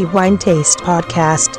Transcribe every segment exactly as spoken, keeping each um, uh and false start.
The Wine Taste Podcast.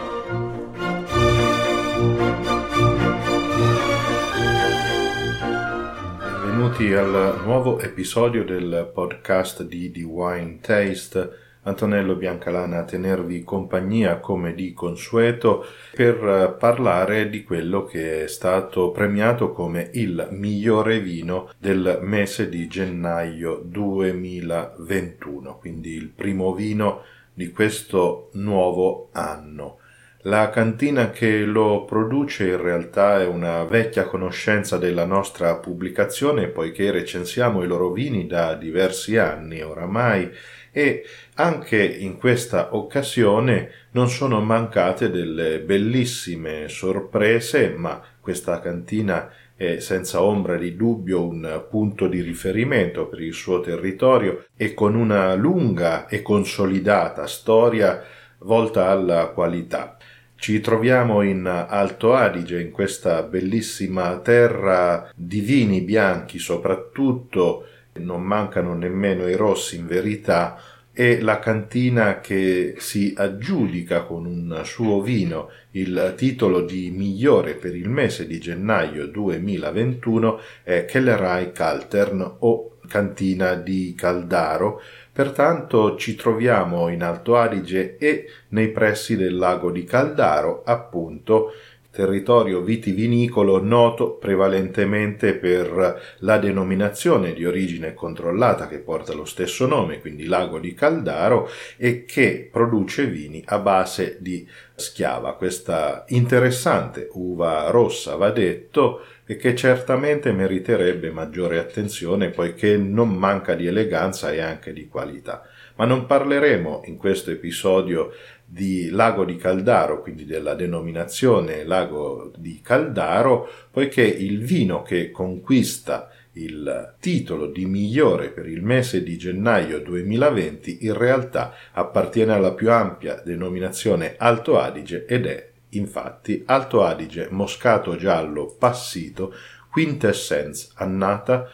Benvenuti al nuovo episodio del podcast di The Wine Taste. Antonello Biancalana a tenervi compagnia come di consueto per parlare di quello che è stato premiato come il migliore vino del mese di gennaio duemilaventuno, quindi il primo vino di questo nuovo anno. La cantina che lo produce in realtà è una vecchia conoscenza della nostra pubblicazione, poiché recensiamo i loro vini da diversi anni oramai, e anche in questa occasione non sono mancate delle bellissime sorprese, ma questa cantina è senza ombra di dubbio un punto di riferimento per il suo territorio e con una lunga e consolidata storia volta alla qualità. Ci troviamo in Alto Adige, in questa bellissima terra di vini bianchi soprattutto, non mancano nemmeno i rossi in verità, e la cantina che si aggiudica con un suo vino il titolo di migliore per il mese di gennaio duemilaventuno è Kellerai Kaltern o Cantina di Caldaro. Pertanto ci troviamo in Alto Adige e nei pressi del lago di Caldaro, appunto, territorio vitivinicolo noto prevalentemente per la denominazione di origine controllata che porta lo stesso nome, quindi Lago di Caldaro, e che produce vini a base di schiava, questa interessante uva rossa, va detto, e che certamente meriterebbe maggiore attenzione poiché non manca di eleganza e anche di qualità. Ma non parleremo in questo episodio di Lago di Caldaro, quindi della denominazione Lago di Caldaro, poiché il vino che conquista il titolo di migliore per il mese di gennaio duemilaventi in realtà appartiene alla più ampia denominazione Alto Adige ed è infatti Alto Adige Moscato Giallo Passito Quintessence annata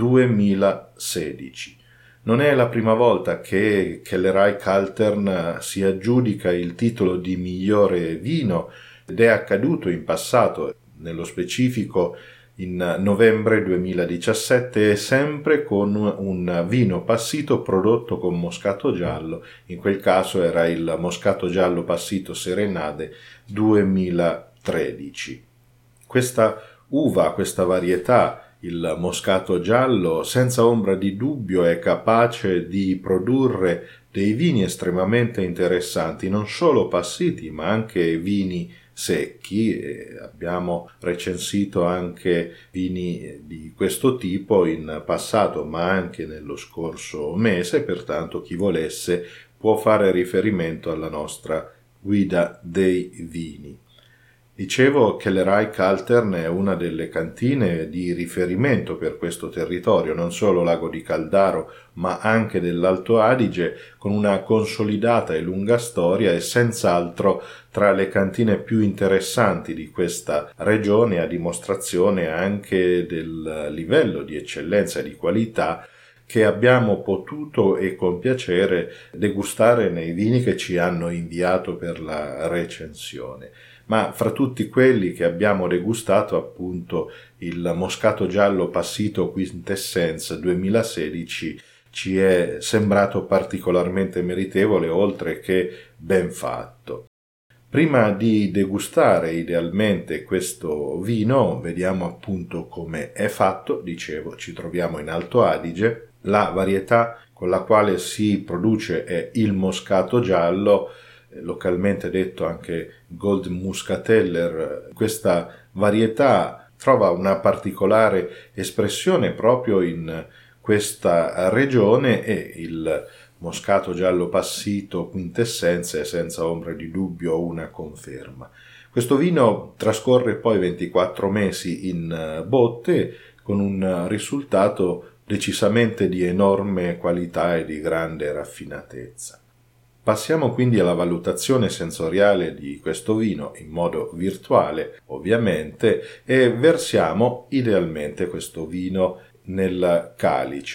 duemilasedici. Non è la prima volta che Kellerai Kaltern si aggiudica il titolo di migliore vino ed è accaduto in passato, nello specifico in novembre duemiladiciassette, sempre con un vino passito prodotto con moscato giallo, in quel caso era il Moscato Giallo Passito Serenade duemilatredici. Questa uva, questa varietà, il moscato giallo, senza ombra di dubbio è capace di produrre dei vini estremamente interessanti, non solo passiti ma anche vini secchi. E abbiamo recensito anche vini di questo tipo in passato ma anche nello scorso mese, pertanto chi volesse può fare riferimento alla nostra guida dei vini. Dicevo che Kellerai Kaltern è una delle cantine di riferimento per questo territorio, non solo Lago di Caldaro, ma anche dell'Alto Adige, con una consolidata e lunga storia e senz'altro tra le cantine più interessanti di questa regione, a dimostrazione anche del livello di eccellenza e di qualità che abbiamo potuto e con piacere degustare nei vini che ci hanno inviato per la recensione. Ma fra tutti quelli che abbiamo degustato, appunto, il Moscato Giallo Passito Quintessence duemilasedici ci è sembrato particolarmente meritevole, oltre che ben fatto. Prima di degustare idealmente questo vino, vediamo appunto come è fatto. Dicevo, ci troviamo in Alto Adige, la varietà con la quale si produce è il Moscato Giallo, localmente detto anche Gold Muscateller. Questa varietà trova una particolare espressione proprio in questa regione e il Moscato Giallo Passito Quintessence è senza ombra di dubbio una conferma. Questo vino trascorre poi ventiquattro mesi in botte con un risultato decisamente di enorme qualità e di grande raffinatezza. Passiamo quindi alla valutazione sensoriale di questo vino in modo virtuale, ovviamente, e versiamo idealmente questo vino nel calice.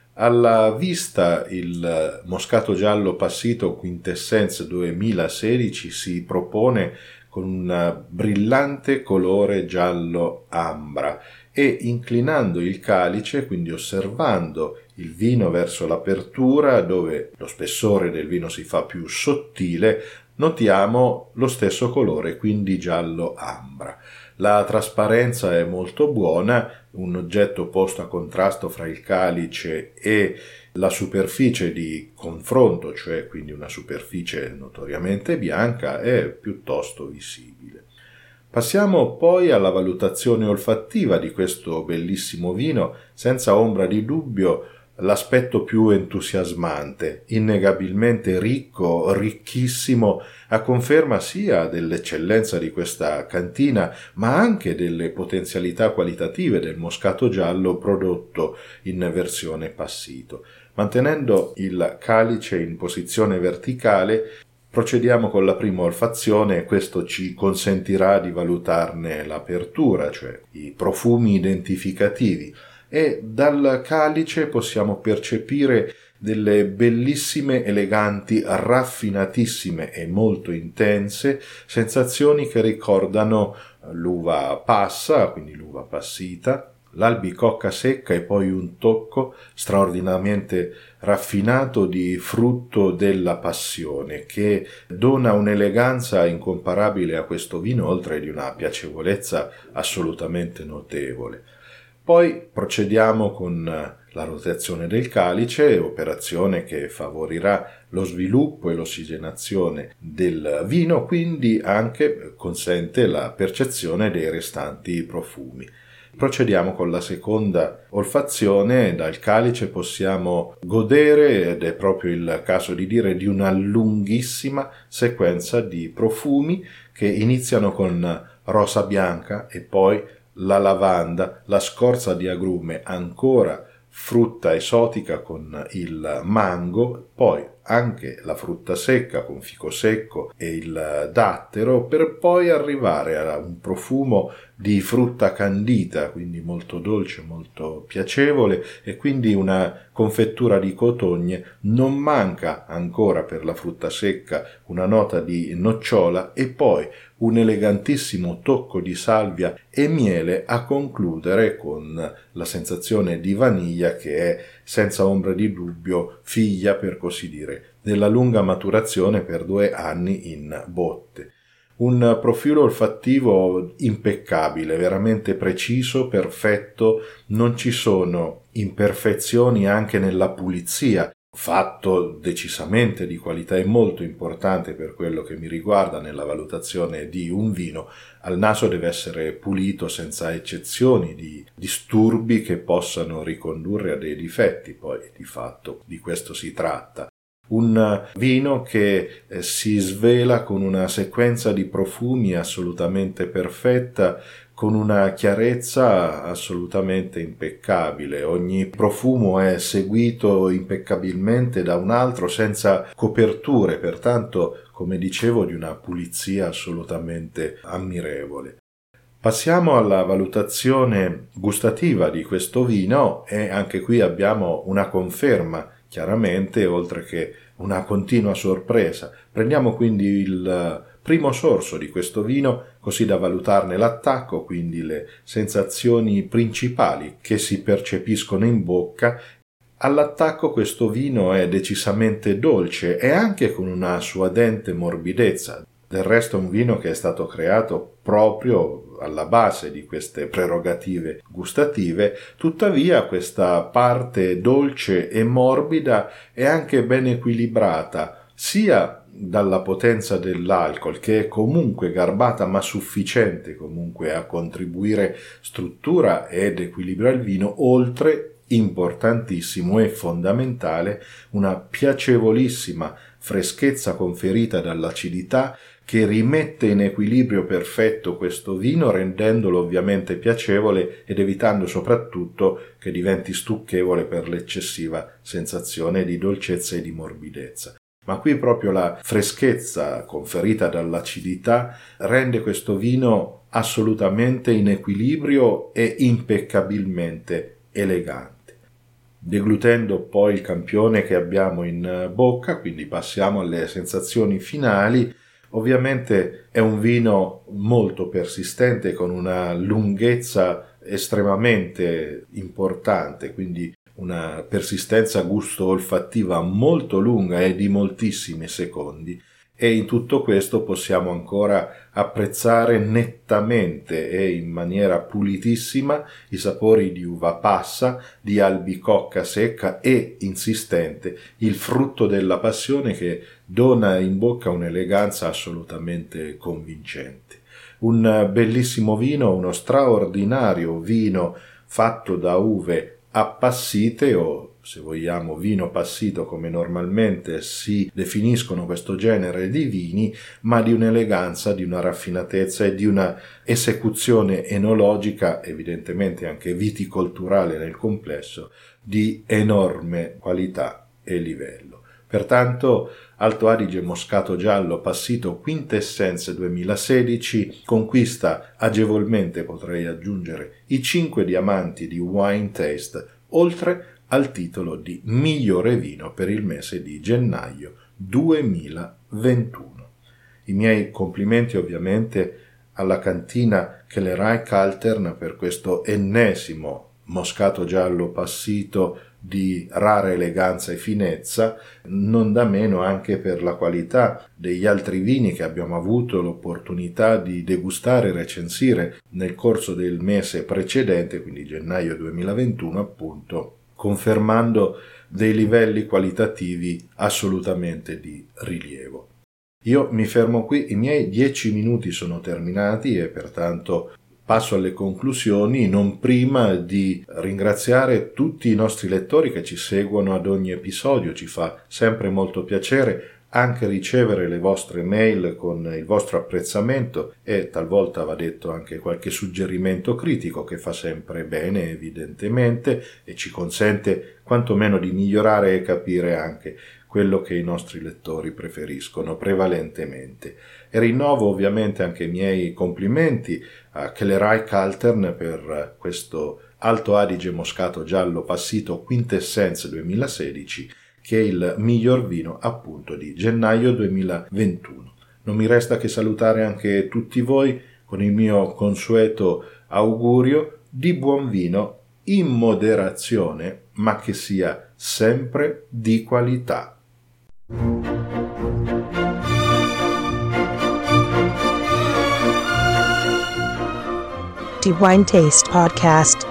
Alla vista il Moscato Giallo Passito Quintessence duemilasedici si propone con un brillante colore giallo ambra e inclinando il calice, quindi osservando il vino verso l'apertura dove lo spessore del vino si fa più sottile, notiamo lo stesso colore, quindi giallo ambra. La trasparenza è molto buona, un oggetto posto a contrasto fra il calice e la superficie di confronto, cioè quindi una superficie notoriamente bianca, è piuttosto visibile. Passiamo poi alla valutazione olfattiva di questo bellissimo vino, senza ombra di dubbio l'aspetto più entusiasmante, innegabilmente ricco, ricchissimo, a conferma sia dell'eccellenza di questa cantina, ma anche delle potenzialità qualitative del moscato giallo prodotto in versione passito. Mantenendo il calice in posizione verticale, procediamo con la prima olfazione e questo ci consentirà di valutarne l'apertura, cioè i profumi identificativi. E dal calice possiamo percepire delle bellissime, eleganti, raffinatissime e molto intense sensazioni che ricordano l'uva passa, quindi l'uva passita, l'albicocca secca e poi un tocco straordinariamente raffinato di frutto della passione che dona un'eleganza incomparabile a questo vino, oltre di una piacevolezza assolutamente notevole. Poi procediamo con la rotazione del calice, operazione che favorirà lo sviluppo e l'ossigenazione del vino, quindi anche consente la percezione dei restanti profumi. Procediamo con la seconda olfazione. Dal calice possiamo godere, ed è proprio il caso di dire, di una lunghissima sequenza di profumi che iniziano con rosa bianca e poi la lavanda, la scorza di agrume, ancora frutta esotica con il mango, poi anche la frutta secca con fico secco e il dattero, per poi arrivare a un profumo di frutta candita, quindi molto dolce, molto piacevole, e quindi una confettura di cotogne. Non manca ancora per la frutta secca una nota di nocciola e poi un elegantissimo tocco di salvia e miele, a concludere con la sensazione di vaniglia che è senza ombra di dubbio figlia, per così dire, della lunga maturazione per due anni in botte. Un profilo olfattivo impeccabile, veramente preciso, perfetto, non ci sono imperfezioni anche nella pulizia, fatto decisamente di qualità e molto importante per quello che mi riguarda nella valutazione di un vino. Al naso deve essere pulito senza eccezioni di disturbi che possano ricondurre a dei difetti, poi di fatto di questo si tratta. Un vino che eh, si svela con una sequenza di profumi assolutamente perfetta, con una chiarezza assolutamente impeccabile. Ogni profumo è seguito impeccabilmente da un altro senza coperture, pertanto, come dicevo, di una pulizia assolutamente ammirevole. Passiamo alla valutazione gustativa di questo vino e anche qui abbiamo una conferma, chiaramente, oltre che una continua sorpresa. Prendiamo quindi il primo sorso di questo vino, così da valutarne l'attacco, quindi le sensazioni principali che si percepiscono in bocca. All'attacco questo vino è decisamente dolce e anche con una suadente morbidezza. Del resto è un vino che è stato creato proprio alla base di queste prerogative gustative, tuttavia questa parte dolce e morbida è anche ben equilibrata, sia dalla potenza dell'alcol, che è comunque garbata ma sufficiente comunque a contribuire struttura ed equilibrio al vino, oltre, importantissimo e fondamentale, una piacevolissima freschezza conferita dall'acidità che rimette in equilibrio perfetto questo vino, rendendolo ovviamente piacevole ed evitando soprattutto che diventi stucchevole per l'eccessiva sensazione di dolcezza e di morbidezza. Ma qui proprio la freschezza conferita dall'acidità rende questo vino assolutamente in equilibrio e impeccabilmente elegante. deglutendo poi il campione che abbiamo in bocca, quindi passiamo alle sensazioni finali. Ovviamente è un vino molto persistente, con una lunghezza estremamente importante, quindi una persistenza gusto-olfattiva molto lunga e di moltissimi secondi, e in tutto questo possiamo ancora apprezzare nettamente e in maniera pulitissima i sapori di uva passa, di albicocca secca e insistente, il frutto della passione che dona in bocca un'eleganza assolutamente convincente. Un bellissimo vino, uno straordinario vino fatto da uve appassite, o se vogliamo vino passito come normalmente si definiscono questo genere di vini, ma di un'eleganza, di una raffinatezza e di una esecuzione enologica, evidentemente anche viticolturale nel complesso, di enorme qualità e livello. Pertanto Alto Adige Moscato Giallo Passito Quintessence duemilasedici conquista agevolmente, potrei aggiungere, i cinque diamanti di Wine Taste, oltre al titolo di migliore vino per il mese di gennaio duemilaventuno. I miei complimenti ovviamente alla cantina Kellerei Kaltern per questo ennesimo Moscato Giallo Passito di rara eleganza e finezza, non da meno anche per la qualità degli altri vini che abbiamo avuto l'opportunità di degustare e recensire nel corso del mese precedente, quindi gennaio duemilaventuno appunto, confermando dei livelli qualitativi assolutamente di rilievo. Io mi fermo qui, i miei dieci minuti sono terminati e pertanto passo alle conclusioni, non prima di ringraziare tutti i nostri lettori che ci seguono ad ogni episodio. Ci fa sempre molto piacere anche ricevere le vostre mail con il vostro apprezzamento e talvolta, va detto, anche qualche suggerimento critico, che fa sempre bene evidentemente e ci consente quantomeno di migliorare e capire anche quello che i nostri lettori preferiscono prevalentemente. E rinnovo ovviamente anche i miei complimenti a Kellerei Kaltern per questo Alto Adige Moscato Giallo Passito Quintessence duemilasedici, che è il miglior vino appunto di gennaio duemilaventuno. Non mi resta che salutare anche tutti voi con il mio consueto augurio di buon vino in moderazione, ma che sia sempre di qualità. The Wine Taste Podcast.